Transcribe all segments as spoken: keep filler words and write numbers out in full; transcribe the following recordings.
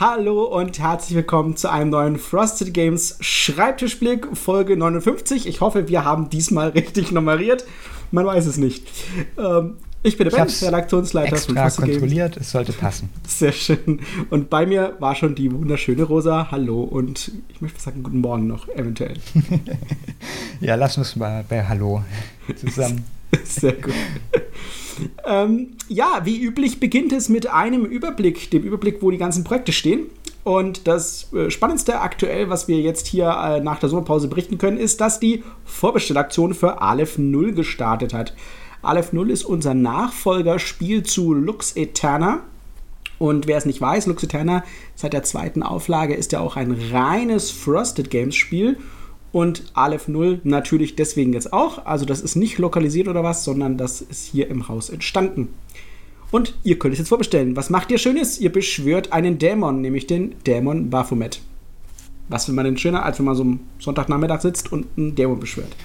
Hallo und herzlich willkommen zu einem neuen Frosted Games Schreibtischblick, Folge neunundfünfzig. Ich hoffe, wir haben diesmal richtig nummeriert. Man weiß es nicht. Ähm, ich bin der Ben, Redaktionsleiter von Frosted Games. Kontrolliert, es sollte passen. Sehr schön. Und bei mir war schon die wunderschöne Rosa. Hallo und ich möchte sagen, guten Morgen noch, eventuell. Ja, lassen wir es mal bei Hallo zusammen. Sehr gut. ähm, ja, wie üblich beginnt es mit einem Überblick, dem Überblick, wo die ganzen Projekte stehen. Und das äh, Spannendste aktuell, was wir jetzt hier äh, nach der Sommerpause berichten können, ist, dass die Vorbestellaktion für Aleph null gestartet hat. Aleph null ist unser Nachfolgerspiel zu Lux Eterna. Und wer es nicht weiß, Lux Eterna seit der zweiten Auflage ist ja auch ein reines Frosted Games Spiel. Und Aleph null natürlich deswegen jetzt auch. Also das ist nicht lokalisiert oder was, sondern das ist hier im Haus entstanden. Und ihr könnt es jetzt vorbestellen. Was macht ihr Schönes? Ihr beschwört einen Dämon, nämlich den Dämon Baphomet. Was will man denn schöner, als wenn man so am Sonntagnachmittag sitzt und einen Dämon beschwört?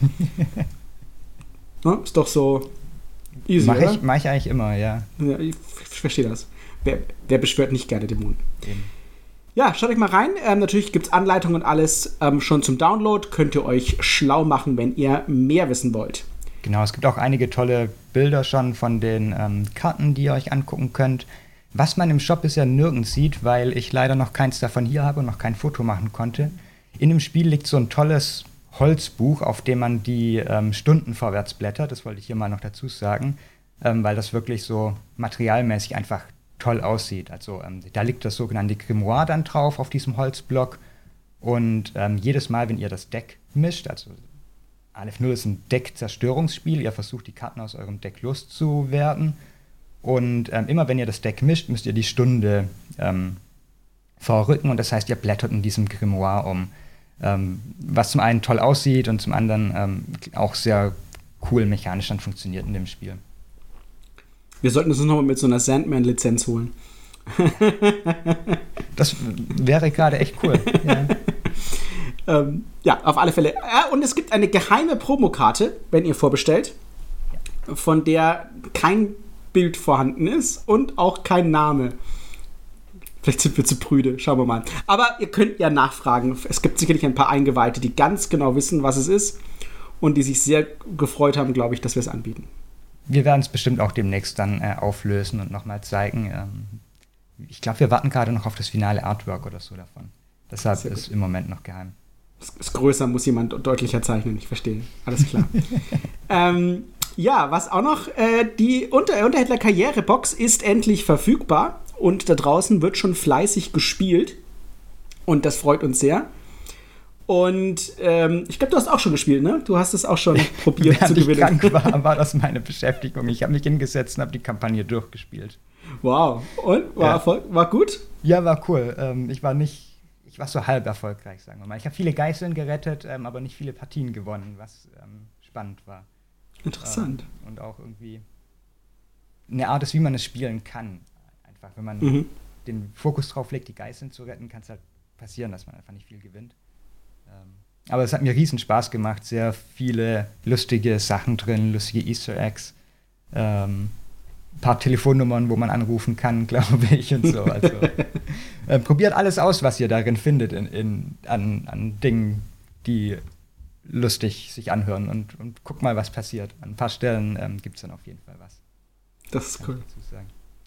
Ja, ist doch so easy, mach oder? Ich, mach ich eigentlich immer, ja. Ja, ich, ich verstehe das. Wer, wer beschwört nicht gerne Dämonen? Eben. Ja, schaut euch mal rein. Ähm, natürlich gibt es Anleitungen und alles ähm, schon zum Download. Könnt ihr euch schlau machen, wenn ihr mehr wissen wollt. Genau, es gibt auch einige tolle Bilder schon von den ähm, Karten, die ihr euch angucken könnt. Was man im Shop bisher nirgends sieht, weil ich leider noch keins davon hier habe und noch kein Foto machen konnte. In dem Spiel liegt so ein tolles Holzbuch, auf dem man die ähm, Stunden vorwärts blättert. Das wollte ich hier mal noch dazu sagen, ähm, weil das wirklich so materialmäßig einfach toll aussieht. Also ähm, da liegt das sogenannte Grimoire dann drauf auf diesem Holzblock und ähm, jedes Mal, wenn ihr das Deck mischt, also Aleph null ist ein Deck-Zerstörungsspiel, ihr versucht die Karten aus eurem Deck loszuwerden und ähm, immer wenn ihr das Deck mischt, müsst ihr die Stunde ähm, vorrücken und das heißt, ihr blättert in diesem Grimoire um, ähm, was zum einen toll aussieht und zum anderen ähm, auch sehr cool mechanisch dann funktioniert in dem Spiel. Wir sollten uns nochmal mit so einer Sandman-Lizenz holen. Das wäre gerade echt cool. Ja. ähm, ja, auf alle Fälle. Ja, und es gibt eine geheime Promokarte, wenn ihr vorbestellt, von der kein Bild vorhanden ist und auch kein Name. Vielleicht sind wir zu prüde, schauen wir mal. Aber ihr könnt ja nachfragen. Es gibt sicherlich ein paar Eingeweihte, die ganz genau wissen, was es ist und die sich sehr gefreut haben, glaube ich, dass wir es anbieten. Wir werden es bestimmt auch demnächst dann äh, auflösen und nochmal zeigen. Ähm, ich glaube, wir warten gerade noch auf das finale Artwork oder so davon. Deshalb ist im Moment noch geheim. Es ist größer, muss jemand deutlicher zeichnen, ich verstehe. Alles klar. ähm, ja, was auch noch, äh, die Unter- Unterhändler-Karrierebox ist endlich verfügbar und da draußen wird schon fleißig gespielt und das freut uns sehr. Und ähm, ich glaube, du hast auch schon gespielt, ne? Du hast es auch schon probiert zu gewinnen. Während ich krank war, war das meine Beschäftigung. Ich habe mich hingesetzt und habe die Kampagne durchgespielt. Wow. Und? War, ja. Erfolg- war gut? Ja, war cool. Ähm, ich war nicht, ich war so halb erfolgreich, sagen wir mal. Ich habe viele Geißeln gerettet, ähm, aber nicht viele Partien gewonnen, was ähm, spannend war. Interessant. Ähm, und auch irgendwie eine Art ist, wie man es spielen kann. Einfach, wenn man mhm. den Fokus drauf legt, die Geißeln zu retten, kann es halt passieren, dass man einfach nicht viel gewinnt. Aber es hat mir riesen Spaß gemacht, sehr viele lustige Sachen drin, lustige Easter Eggs, ähm, ein paar Telefonnummern, wo man anrufen kann, glaube ich, und so. Also äh, probiert alles aus, was ihr darin findet, in, in, an, an Dingen, die lustig sich anhören und, und guckt mal, was passiert. An ein paar Stellen ähm, gibt es dann auf jeden Fall was. Das ist cool. Dazu sagen.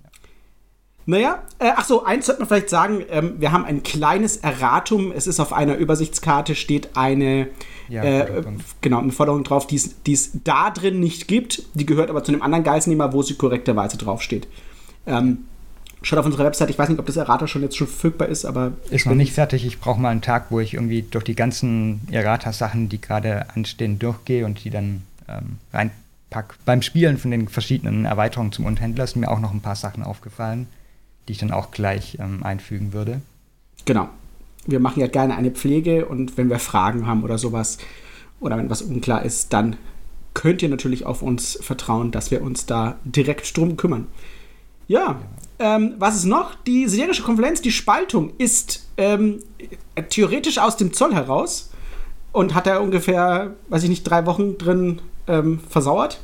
Naja, äh, ach so, eins sollte man vielleicht sagen, ähm, wir haben ein kleines Erratum, es ist auf einer Übersichtskarte, steht eine, ja, äh, genau, eine Forderung drauf, die es da drin nicht gibt, die gehört aber zu einem anderen Geiselnehmer, wo sie korrekterweise draufsteht. Ähm, schaut auf unsere Website, ich weiß nicht, ob das Errata schon jetzt schon verfügbar ist, aber... Ist noch nicht fertig, ich brauche mal einen Tag, wo ich irgendwie durch die ganzen Errata-Sachen, die gerade anstehen, durchgehe und die dann ähm, reinpack. Beim Spielen von den verschiedenen Erweiterungen zum Unterhändler sind mir auch noch ein paar Sachen aufgefallen, die ich dann auch gleich ähm, einfügen würde. Genau. Wir machen ja gerne eine Pflege und wenn wir Fragen haben oder sowas oder wenn was unklar ist, dann könnt ihr natürlich auf uns vertrauen, dass wir uns da direkt drum kümmern. Ja, ja. Ähm, was ist noch? Die siderische Konferenz, die Spaltung ist ähm, theoretisch aus dem Zoll heraus und hat da ungefähr, weiß ich nicht, drei Wochen drin ähm, versauert.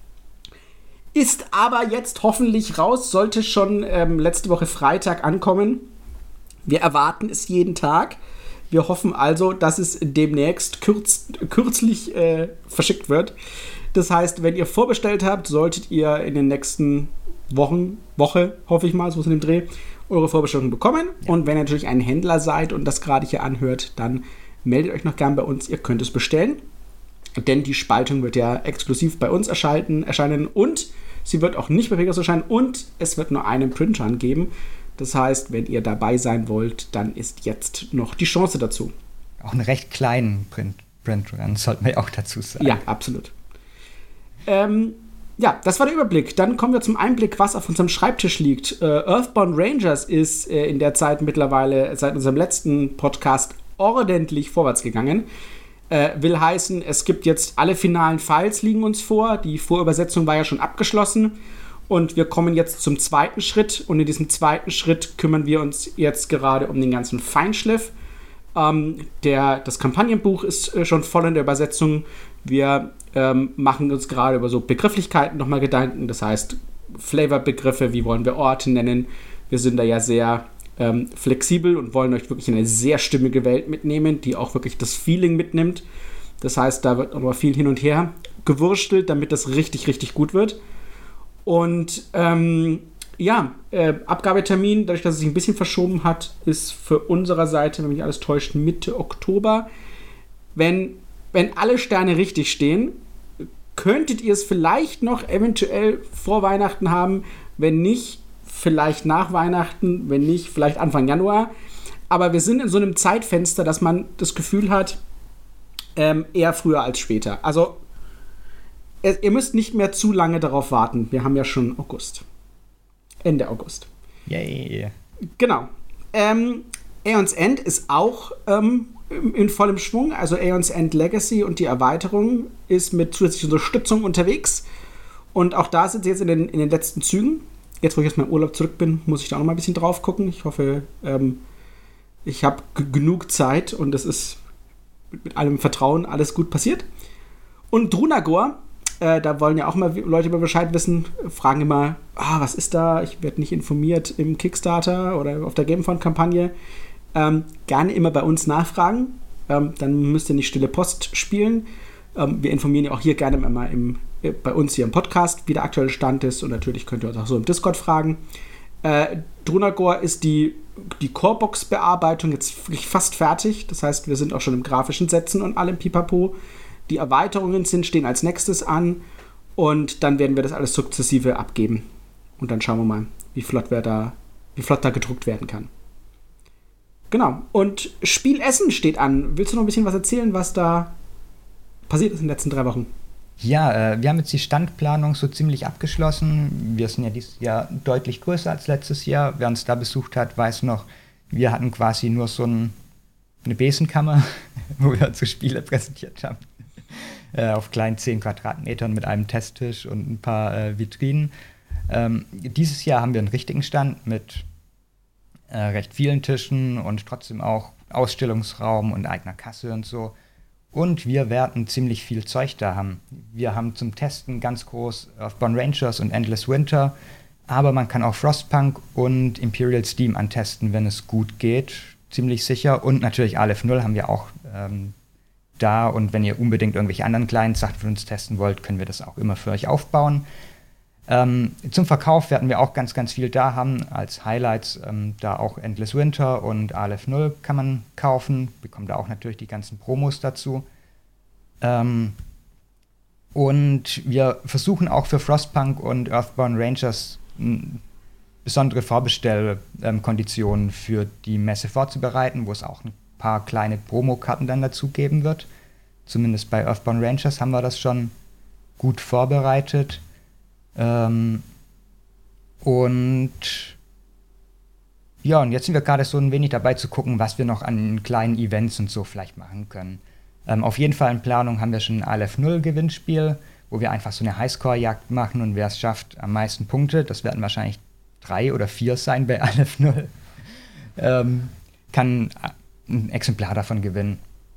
Ist aber jetzt hoffentlich raus, sollte schon ähm, letzte Woche Freitag ankommen. Wir erwarten es jeden Tag. Wir hoffen also, dass es demnächst kürz, kürzlich äh, verschickt wird. Das heißt, wenn ihr vorbestellt habt, solltet ihr in den nächsten Wochen, Woche, hoffe ich mal, so in dem Dreh, eure Vorbestellung bekommen. Ja. Und wenn ihr natürlich ein Händler seid und das gerade hier anhört, dann meldet euch noch gern bei uns. Ihr könnt es bestellen. Denn die Spaltung wird ja exklusiv bei uns erscheinen, erscheinen und sie wird auch nicht bei Pegasus erscheinen und es wird nur einen Print-Run geben. Das heißt, wenn ihr dabei sein wollt, dann ist jetzt noch die Chance dazu. Auch einen recht kleinen Print, Print-Run, sollten wir auch dazu sagen. Ja, absolut. Ähm, ja, das war der Überblick. Dann kommen wir zum Einblick, was auf unserem Schreibtisch liegt. Äh, Earthbound Rangers ist äh, in der Zeit mittlerweile, seit unserem letzten Podcast, ordentlich vorwärts gegangen. Äh, will heißen, es gibt jetzt alle finalen Files liegen uns vor. Die Vorübersetzung war ja schon abgeschlossen. Und wir kommen jetzt zum zweiten Schritt. Und in diesem zweiten Schritt kümmern wir uns jetzt gerade um den ganzen Feinschliff. Ähm, der, das Kampagnenbuch ist äh, schon voll in der Übersetzung. Wir ähm, machen uns gerade über so Begrifflichkeiten nochmal Gedanken. Das heißt, Flavor-Begriffe, wie wollen wir Orte nennen. Wir sind da ja sehr ähm, flexibel und wollen euch wirklich in eine sehr stimmige Welt mitnehmen, die auch wirklich das Feeling mitnimmt. Das heißt, da wird aber viel hin und her gewurstelt, damit das richtig, richtig gut wird. Und ähm, ja, äh, Abgabetermin, dadurch, dass es sich ein bisschen verschoben hat, ist für unsere Seite, wenn mich alles täuscht, Mitte Oktober. Wenn, wenn alle Sterne richtig stehen, könntet ihr es vielleicht noch eventuell vor Weihnachten haben. Wenn nicht, vielleicht nach Weihnachten. Wenn nicht, vielleicht Anfang Januar. Aber wir sind in so einem Zeitfenster, dass man das Gefühl hat, ähm, eher früher als später. Also ihr müsst nicht mehr zu lange darauf warten. Wir haben ja schon August. Ende August. Yay. Genau. Ähm, Aeon's End ist auch ähm, in vollem Schwung. Also Aeon's End Legacy und die Erweiterung ist mit zusätzlicher Unterstützung unterwegs. Und auch da sind sie jetzt in den, in den letzten Zügen. Jetzt, wo ich aus meinem Urlaub zurück bin, muss ich da auch noch mal ein bisschen drauf gucken. Ich hoffe, ähm, ich habe g- genug Zeit und es ist mit, mit allem Vertrauen alles gut passiert. Und Drunagor, Äh, da wollen ja auch mal Leute über Bescheid wissen, fragen immer, ah, was ist da? Ich werde nicht informiert im Kickstarter oder auf der Gamefund-Kampagne. Ähm, gerne immer bei uns nachfragen. Ähm, dann müsst ihr nicht stille Post spielen. Ähm, wir informieren ja auch hier gerne immer im, äh, bei uns hier im Podcast, wie der aktuelle Stand ist. Und natürlich könnt ihr uns auch so im Discord fragen. Äh, Drunagor ist die, die Corebox-Bearbeitung jetzt wirklich fast fertig. Das heißt, wir sind auch schon im grafischen Setzen und allem Pipapo. Die Erweiterungen sind, stehen als nächstes an und dann werden wir das alles sukzessive abgeben. Und dann schauen wir mal, wie flott, wir da, wie flott da gedruckt werden kann. Genau. Und Spielessen steht an. Willst du noch ein bisschen was erzählen, was da passiert ist in den letzten drei Wochen? Ja, äh, wir haben jetzt die Standplanung so ziemlich abgeschlossen. Wir sind ja dieses Jahr deutlich größer als letztes Jahr. Wer uns da besucht hat, weiß noch, wir hatten quasi nur so ein, eine Besenkammer, wo wir unsere Spiele präsentiert haben. Äh, auf kleinen zehn Quadratmetern mit einem Testtisch und ein paar äh, Vitrinen. Ähm, dieses Jahr haben wir einen richtigen Stand mit äh, recht vielen Tischen und trotzdem auch Ausstellungsraum und eigener Kasse und so. Und wir werden ziemlich viel Zeug da haben. Wir haben zum Testen ganz groß Earthbound Rangers und Endless Winter, aber man kann auch Frostpunk und Imperial Steam antesten, wenn es gut geht, ziemlich sicher. Und natürlich Aleph null haben wir auch ähm, da, und wenn ihr unbedingt irgendwelche anderen kleinen Sachen für uns testen wollt, können wir das auch immer für euch aufbauen. Ähm, zum Verkauf werden wir auch ganz, ganz viel da haben. Als Highlights ähm, da auch Endless Winter und Aleph null kann man kaufen. Bekommt da auch natürlich die ganzen Promos dazu. Ähm, und wir versuchen auch für Frostpunk und Earthbound Rangers m, besondere Vorbestellkonditionen für die Messe vorzubereiten, wo es auch ein paar kleine Promokarten dann dazu geben wird. Zumindest bei Earthbound Rangers haben wir das schon gut vorbereitet. Ähm, und ja, und jetzt sind wir gerade so ein wenig dabei zu gucken, was wir noch an kleinen Events und so vielleicht machen können. Ähm, auf jeden Fall in Planung haben wir schon ein Aleph null Gewinnspiel, wo wir einfach so eine Highscore-Jagd machen und wer es schafft, am meisten Punkte, das werden wahrscheinlich drei oder vier sein bei Aleph null, ähm, kann ein Exemplar davon gewinnen.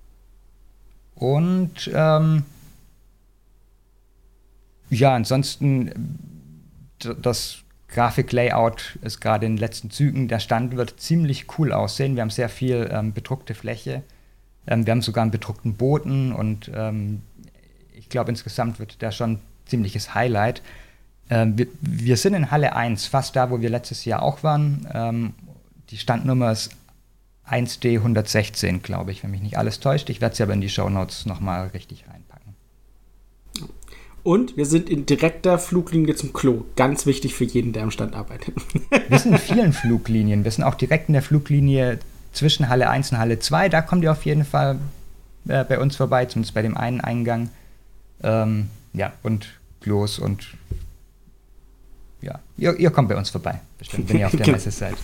Und ähm, ja, ansonsten das Grafiklayout ist gerade in den letzten Zügen. Der Stand wird ziemlich cool aussehen. Wir haben sehr viel ähm, bedruckte Fläche. Ähm, wir haben sogar einen bedruckten Boden und ähm, ich glaube, insgesamt wird der schon ein ziemliches Highlight. Ähm, wir, wir sind in Halle eins, fast da, wo wir letztes Jahr auch waren. Ähm, die Standnummer ist eins D hundertsechzehn, glaube ich, wenn mich nicht alles täuscht. Ich werde sie aber in die Shownotes nochmal richtig reinpacken. Und wir sind in direkter Fluglinie zum Klo. Ganz wichtig für jeden, der am Stand arbeitet. Wir sind in vielen Fluglinien. Wir sind auch direkt in der Fluglinie zwischen Halle eins und Halle zwei. Da kommt ihr auf jeden Fall äh, bei uns vorbei, zumindest bei dem einen Eingang. Ähm, ja, und Klos und ja, ihr, ihr kommt bei uns vorbei, bestimmt, wenn ihr auf der Messe seid.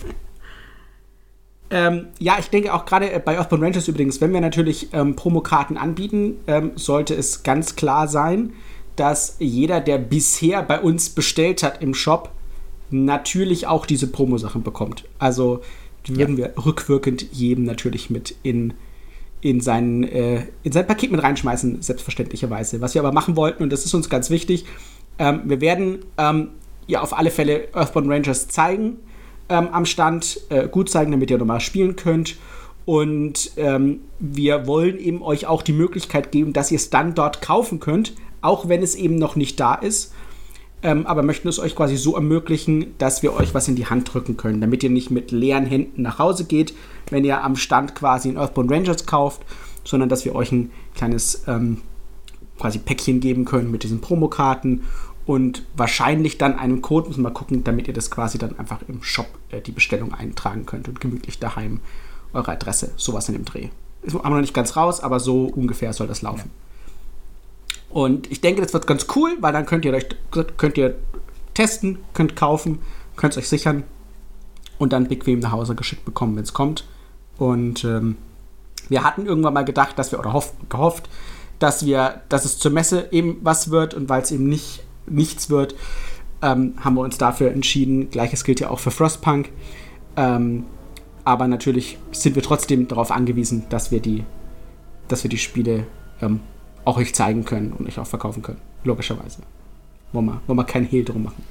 Ähm, ja, ich denke auch gerade bei Earthbound Rangers übrigens, wenn wir natürlich ähm, Promokarten anbieten, ähm, sollte es ganz klar sein, dass jeder, der bisher bei uns bestellt hat im Shop, natürlich auch diese Promosachen bekommt. Also die würden ja. wir rückwirkend jedem natürlich mit in, in, sein, äh, in sein Paket mit reinschmeißen, selbstverständlicherweise. Was wir aber machen wollten, und das ist uns ganz wichtig, ähm, wir werden ähm, ja auf alle Fälle Earthbound Rangers zeigen, ähm, am Stand, äh, gut zeigen, damit ihr nochmal spielen könnt. Und ähm, wir wollen eben euch auch die Möglichkeit geben, dass ihr es dann dort kaufen könnt, auch wenn es eben noch nicht da ist. Ähm, aber möchten es euch quasi so ermöglichen, dass wir euch was in die Hand drücken können, damit ihr nicht mit leeren Händen nach Hause geht, wenn ihr am Stand quasi ein Earthbound Rangers kauft, sondern dass wir euch ein kleines ähm, quasi Päckchen geben können mit diesen Promokarten und wahrscheinlich dann einen Code, müssen wir mal gucken, damit ihr das quasi dann einfach im Shop äh, die Bestellung eintragen könnt und gemütlich daheim eure Adresse, sowas in dem Dreh. Ist aber noch nicht ganz raus, aber so ungefähr soll das laufen. Ja. Und ich denke, das wird ganz cool, weil dann könnt ihr euch könnt ihr testen, könnt kaufen, könnt es euch sichern und dann bequem nach Hause geschickt bekommen, wenn es kommt. Und ähm, wir hatten irgendwann mal gedacht, dass wir, oder hoff, gehofft, dass wir, dass es zur Messe eben was wird, und weil es eben nicht nichts wird, ähm, haben wir uns dafür entschieden. Gleiches gilt ja auch für Frostpunk. Ähm, aber natürlich sind wir trotzdem darauf angewiesen, dass wir die, dass wir die Spiele ähm, auch euch zeigen können und euch auch verkaufen können. Logischerweise. Wollen wir, wollen wir keinen Hehl drum machen.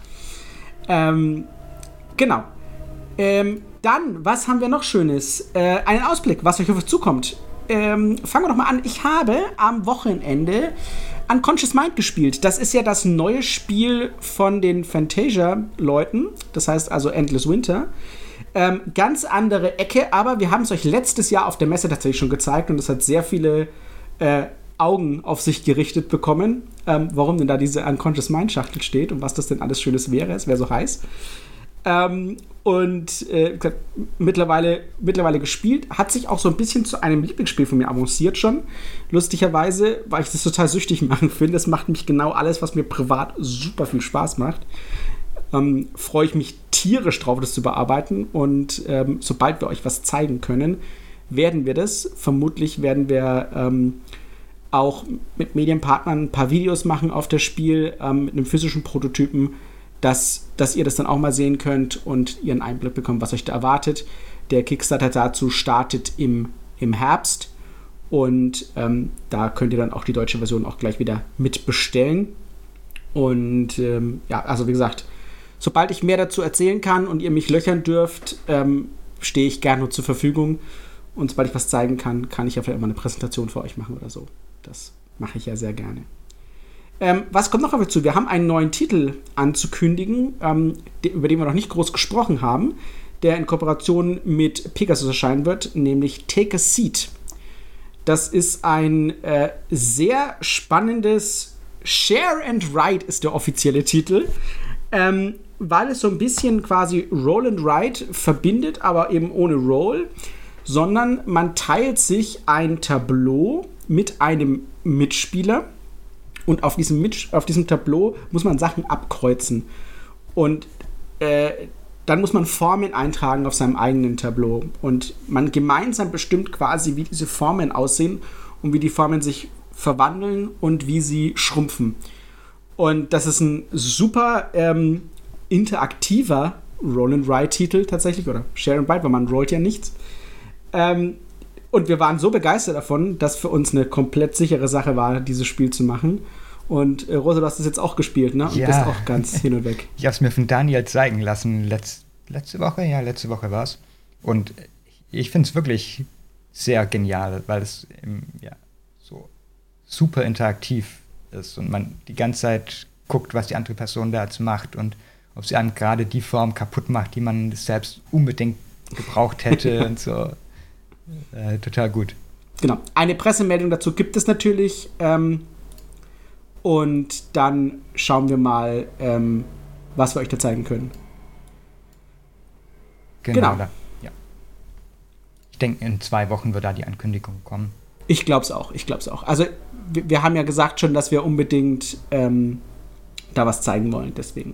Ähm, genau. Ähm, dann, was haben wir noch Schönes? Äh, einen Ausblick, was euch auf euch zukommt. Ähm, fangen wir doch mal an. Ich habe am Wochenende Unconscious Mind gespielt. Das ist ja das neue Spiel von den Fantasia-Leuten. Das heißt also Endless Winter. Ähm, ganz andere Ecke, aber wir haben es euch letztes Jahr auf der Messe tatsächlich schon gezeigt und es hat sehr viele äh, Augen auf sich gerichtet bekommen, ähm, warum denn da diese Unconscious Mind Schachtel steht und was das denn alles Schönes wäre. Es wäre so heiß. Ähm, und äh, mittlerweile, mittlerweile gespielt, hat sich auch so ein bisschen zu einem Lieblingsspiel von mir avanciert schon. Lustigerweise, weil ich das total süchtig machen finde. Es macht mich genau alles, was mir privat super viel Spaß macht. Ähm, freue ich mich tierisch drauf, das zu bearbeiten. Und ähm, sobald wir euch was zeigen können, werden wir das. Vermutlich werden wir ähm, auch mit Medienpartnern ein paar Videos machen auf das Spiel, ähm, mit einem physischen Prototypen, dass, dass ihr das dann auch mal sehen könnt und ihr einen Einblick bekommt, was euch da erwartet. Der Kickstarter dazu startet im, im Herbst und ähm, da könnt ihr dann auch die deutsche Version auch gleich wieder mitbestellen. Und ähm, ja, also wie gesagt, sobald ich mehr dazu erzählen kann und ihr mich löchern dürft, ähm, stehe ich gerne zur Verfügung. Und sobald ich was zeigen kann, kann ich ja vielleicht immer eine Präsentation für euch machen oder so. Das mache ich ja sehr gerne. Ähm, was kommt noch auf euch zu? Wir haben einen neuen Titel anzukündigen, ähm, de- über den wir noch nicht groß gesprochen haben, der in Kooperation mit Pegasus erscheinen wird, nämlich Take a Seat. Das ist ein äh, sehr spannendes Share and Write ist der offizielle Titel, ähm, weil es so ein bisschen quasi Roll and Write verbindet, aber eben ohne Roll, sondern man teilt sich ein Tableau mit einem Mitspieler. Und auf diesem, Mit- auf diesem Tableau muss man Sachen abkreuzen. Und äh, dann muss man Formeln eintragen auf seinem eigenen Tableau. Und man gemeinsam bestimmt quasi, wie diese Formeln aussehen und wie die Formeln sich verwandeln und wie sie schrumpfen. Und das ist ein super ähm, interaktiver Roll-and-Write-Titel tatsächlich. Oder Share-and-Write, weil man rollt ja nichts. Ähm, Und wir waren so begeistert davon, dass für uns eine komplett sichere Sache war, dieses Spiel zu machen. Und äh, Rosa, du hast das jetzt auch gespielt, ne? Und Ja. bist auch ganz hin und weg. Ich habe es mir von Daniel zeigen lassen, letz, letzte Woche, ja, letzte Woche war es. Und ich finde es wirklich sehr genial, weil es ähm, ja, so super interaktiv ist und man die ganze Zeit guckt, was die andere Person da jetzt macht und ob sie einem gerade die Form kaputt macht, die man selbst unbedingt gebraucht hätte und so. Äh, total gut. Genau. Eine Pressemeldung dazu gibt es natürlich. Ähm, und dann schauen wir mal, ähm, was wir euch da zeigen können. Genau. Genau. Da, ja. Ich denke, in zwei Wochen wird da die Ankündigung kommen. Ich glaube es auch. Ich glaube es auch. Also, wir, wir haben ja gesagt schon, dass wir unbedingt ähm, da was zeigen wollen. Deswegen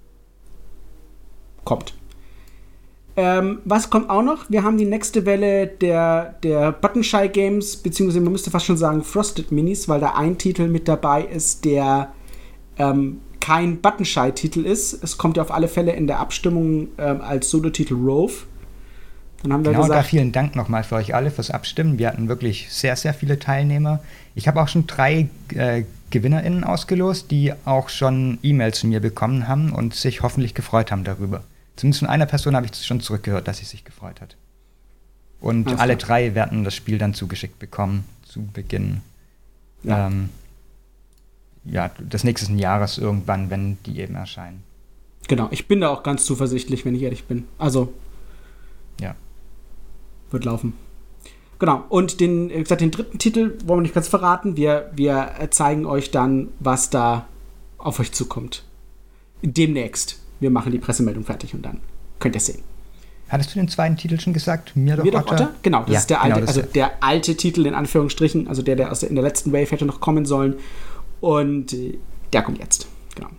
kommt. Ähm, was kommt auch noch? Wir haben die nächste Welle der, der Buttonshy Games, beziehungsweise man müsste fast schon sagen Frosted Minis, weil da ein Titel mit dabei ist, der ähm, kein Buttonshy-Titel ist. Es kommt ja auf alle Fälle in der Abstimmung ähm, als Solo-Titel Rove. Dann haben wir genau, gesagt, da vielen Dank nochmal für euch alle fürs Abstimmen. Wir hatten wirklich sehr, sehr viele Teilnehmer. Ich habe auch schon drei äh, GewinnerInnen ausgelost, die auch schon E-Mails von mir bekommen haben und sich hoffentlich gefreut haben darüber. Zumindest von einer Person habe ich schon zurückgehört, dass sie sich gefreut hat. Und Alles alle klar. drei werden das Spiel dann zugeschickt bekommen zu Beginn Ja. ähm, ja, des nächsten Jahres irgendwann, wenn die eben erscheinen. genau, ich bin da auch ganz zuversichtlich, wenn ich ehrlich bin. Also, Ja. wird laufen. Genau, und den, wie gesagt, den dritten Titel wollen wir nicht ganz verraten. Wir, wir zeigen euch dann, was da auf euch zukommt. Demnächst. Wir machen die Pressemeldung fertig und dann könnt ihr es sehen. Hattest du den zweiten Titel schon gesagt? Mir doch, Wir doch Otter? Otter? Genau, das Ja, ist der alte, genau, das also ist der alte Titel in Anführungsstrichen, also der, der aus der, in der letzten Wave hätte noch kommen sollen. Und äh, der kommt jetzt. Genau.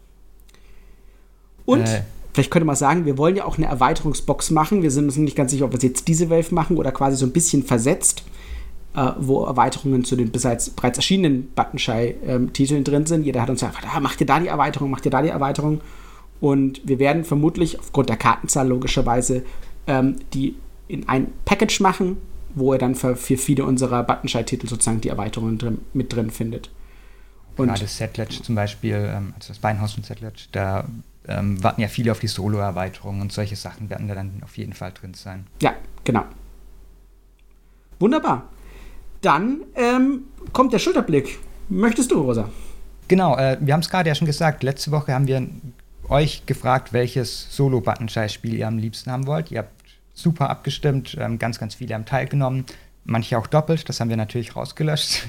Und Äh. vielleicht könnte man sagen, wir wollen ja auch eine Erweiterungsbox machen. Wir sind uns nicht ganz sicher, ob wir jetzt diese Wave machen oder quasi so ein bisschen versetzt, äh, wo Erweiterungen zu den bereits, bereits erschienenen Buttonshy-Titeln ähm, drin sind. Jeder hat uns gesagt, ah, macht ihr da die Erweiterung, macht ihr da die Erweiterung. Und wir werden vermutlich aufgrund der Kartenzahl logischerweise ähm, die in ein Package machen, wo ihr dann für, für viele unserer Buttonshy-Titel sozusagen die Erweiterungen drin, mit drin findet. Und gerade Settlage zum Beispiel, ähm, also das Beinhaus und Settlage, da ähm, warten ja viele auf die Solo-Erweiterung und solche Sachen werden da dann auf jeden Fall drin sein. ja, genau. Wunderbar. Dann ähm, kommt der Schulterblick. Möchtest du, Rosa? Genau, äh, wir haben es gerade ja schon gesagt, letzte Woche haben wir euch gefragt, welches Solo-Buttonscheiß-Spiel ihr am liebsten haben wollt. Ihr habt super abgestimmt, ähm, ganz, ganz viele haben teilgenommen, manche auch doppelt, das haben wir natürlich rausgelöscht.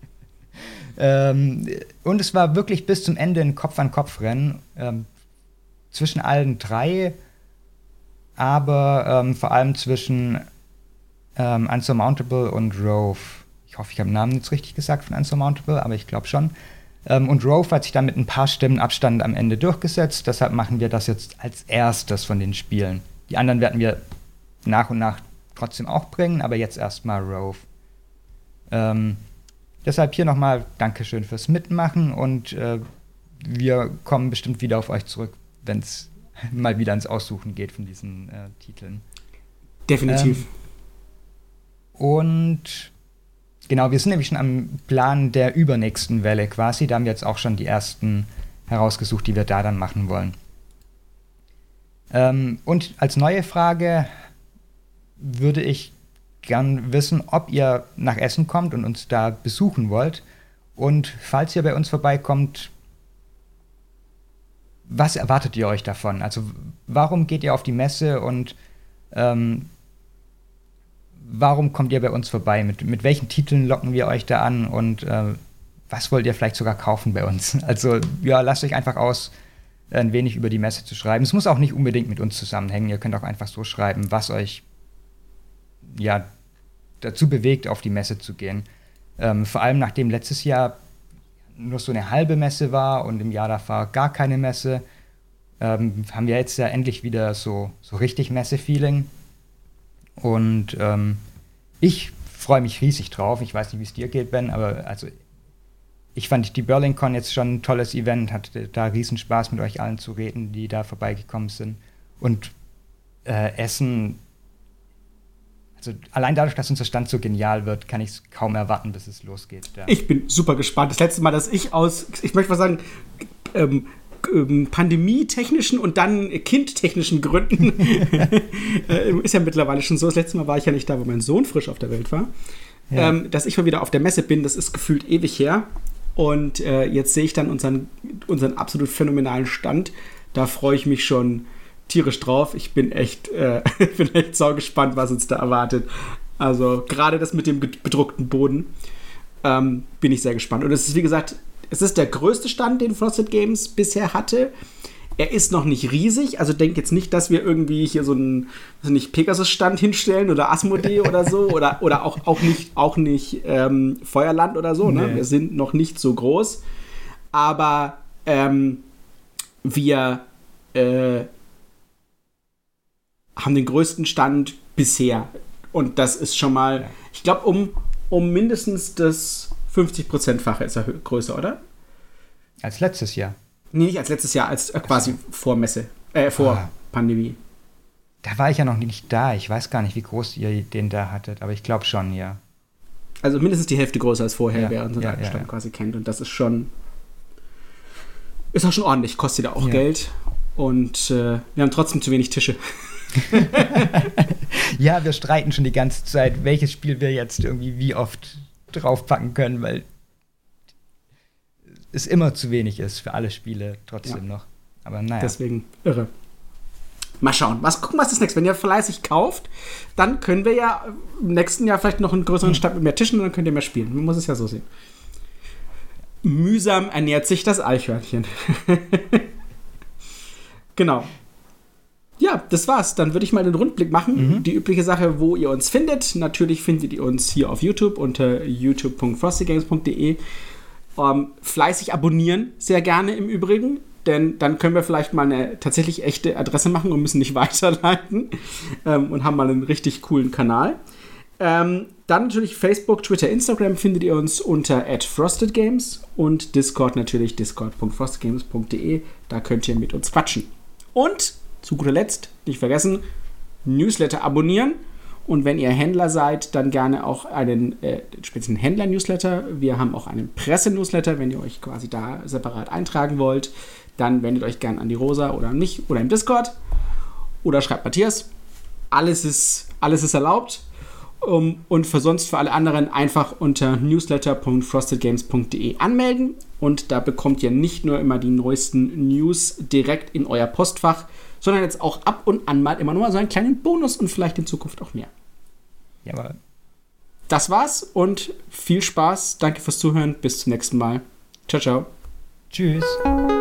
ähm, und es war wirklich bis zum Ende ein Kopf-an-Kopf-Rennen ähm, zwischen allen drei, aber ähm, vor allem zwischen ähm, Unsurmountable und Rove. Ich hoffe, ich habe den Namen jetzt richtig gesagt von Unsurmountable, aber ich glaube schon. Ähm, und Rove hat sich dann mit ein paar Stimmen Abstand am Ende durchgesetzt. Deshalb machen wir das jetzt als erstes von den Spielen. Die anderen werden wir nach und nach trotzdem auch bringen, aber jetzt erstmal Rove. Ähm, deshalb hier nochmal Dankeschön fürs Mitmachen und äh, wir kommen bestimmt wieder auf euch zurück, wenn es mal wieder ins Aussuchen geht von diesen äh, Titeln. Definitiv. Ähm, und genau, wir sind nämlich schon am Plan der übernächsten Welle quasi. Da haben wir jetzt auch schon die ersten herausgesucht, die wir da dann machen wollen. Ähm, und als neue Frage würde ich gern wissen, ob ihr nach Essen kommt und uns da besuchen wollt. Und falls ihr bei uns vorbeikommt, was erwartet ihr euch davon? Also warum geht ihr auf die Messe und ähm, warum kommt ihr bei uns vorbei? Mit, mit welchen Titeln locken wir euch da an? Und äh, was wollt ihr vielleicht sogar kaufen bei uns? Also ja, lasst euch einfach aus, ein wenig über die Messe zu schreiben. Es muss auch nicht unbedingt mit uns zusammenhängen. Ihr könnt auch einfach so schreiben, was euch ja dazu bewegt, auf die Messe zu gehen. Ähm, vor allem nachdem letztes Jahr nur so eine halbe Messe war und im Jahr davor gar keine Messe, ähm, haben wir jetzt ja endlich wieder so, so richtig Messe-Feeling. Und ähm, ich freue mich riesig drauf. Ich weiß nicht, wie es dir geht, Ben, aber also ich fand die BerlinCon jetzt schon ein tolles Event, hatte da riesen Spaß mit euch allen zu reden, die da vorbeigekommen sind. Und äh, Essen, Also allein dadurch, dass unser Stand so genial wird, kann ich es kaum erwarten, bis es losgeht. Ja. Ich bin super gespannt. Das letzte Mal, dass ich aus, ich möchte mal sagen, ähm, ähm, pandemietechnischen und dann kindtechnischen Gründen, äh, ist ja mittlerweile schon so, das letzte Mal war ich ja nicht da, wo mein Sohn frisch auf der Welt war, ja. ähm, dass ich mal wieder auf der Messe bin, das ist gefühlt ewig her. Und äh, jetzt sehe ich dann unseren, unseren absolut phänomenalen Stand. Da freue ich mich schon tierisch drauf. Ich bin echt, äh, bin echt saugespannt, was uns da erwartet. Also gerade das mit dem bedruckten Boden ähm, bin ich sehr gespannt. Und es ist, wie gesagt, es ist der größte Stand, den Frosted Games bisher hatte. Er ist noch nicht riesig. Also denkt jetzt nicht, dass wir irgendwie hier so einen also nicht Pegasus-Stand hinstellen oder Asmodee oder so. Oder, oder auch, auch nicht, auch nicht ähm, Feuerland oder so. Nee. Ne? Wir sind noch nicht so groß. Aber ähm, wir äh, haben den größten Stand bisher. Und das ist schon mal, ja. ich glaube, um, um mindestens das fünfzig Prozent-fache ist er größer, oder? Als letztes Jahr. Nee, nicht als letztes Jahr, als äh, quasi also. vor Messe, äh, vor ah. Pandemie. Da war ich ja noch nicht da. Ich weiß gar nicht, wie groß ihr den da hattet, aber ich glaube schon, ja. Also mindestens die Hälfte größer als vorher, ja. wer unseren ja, alten Stand ja, ja. quasi kennt. Und das ist schon, ist auch schon ordentlich, kostet ja auch ja. Geld. Und äh, wir haben trotzdem zu wenig Tische. Ja, wir streiten schon die ganze Zeit, welches Spiel wir jetzt irgendwie wie oft draufpacken können, weil es immer zu wenig ist für alle Spiele trotzdem ja. noch. Aber naja. Deswegen irre. Mal schauen. Was, gucken, was ist next. Wenn ihr fleißig kauft, dann können wir ja im nächsten Jahr vielleicht noch einen größeren Stand mit mehr Tischen und dann könnt ihr mehr spielen. Man muss es ja so sehen. Mühsam ernährt sich das Eichhörnchen. Genau. Ja, das war's. Dann würde ich mal den Rundblick machen. Mhm. Die übliche Sache, wo ihr uns findet. Natürlich findet ihr uns hier auf YouTube unter youtube punkt frostygames punkt de. Ähm, fleißig abonnieren, sehr gerne im Übrigen. Denn dann können wir vielleicht mal eine tatsächlich echte Adresse machen und müssen nicht weiterleiten. Ähm, und haben mal einen richtig coolen Kanal. Ähm, dann natürlich Facebook, Twitter, Instagram findet ihr uns unter at frostedgames. Und Discord natürlich discord punkt frostedgames punkt de. Da könnt ihr mit uns quatschen. Und zu guter Letzt, nicht vergessen, Newsletter abonnieren. Und wenn ihr Händler seid, dann gerne auch einen äh, speziellen Händler-Newsletter. Wir haben auch einen Presse-Newsletter, wenn ihr euch quasi da separat eintragen wollt. Dann wendet euch gerne an die Rosa oder an mich oder im Discord. Oder schreibt Matthias. Alles ist, alles ist erlaubt. Um, und für sonst für alle anderen einfach unter newsletter punkt frostedgames punkt de anmelden. Und da bekommt ihr nicht nur immer die neuesten News direkt in euer Postfach, sondern jetzt auch ab und an mal immer nur so einen kleinen Bonus und vielleicht in Zukunft auch mehr. Jawohl. Das war's und viel Spaß. Danke fürs Zuhören. Bis zum nächsten Mal. Ciao, ciao. Tschüss.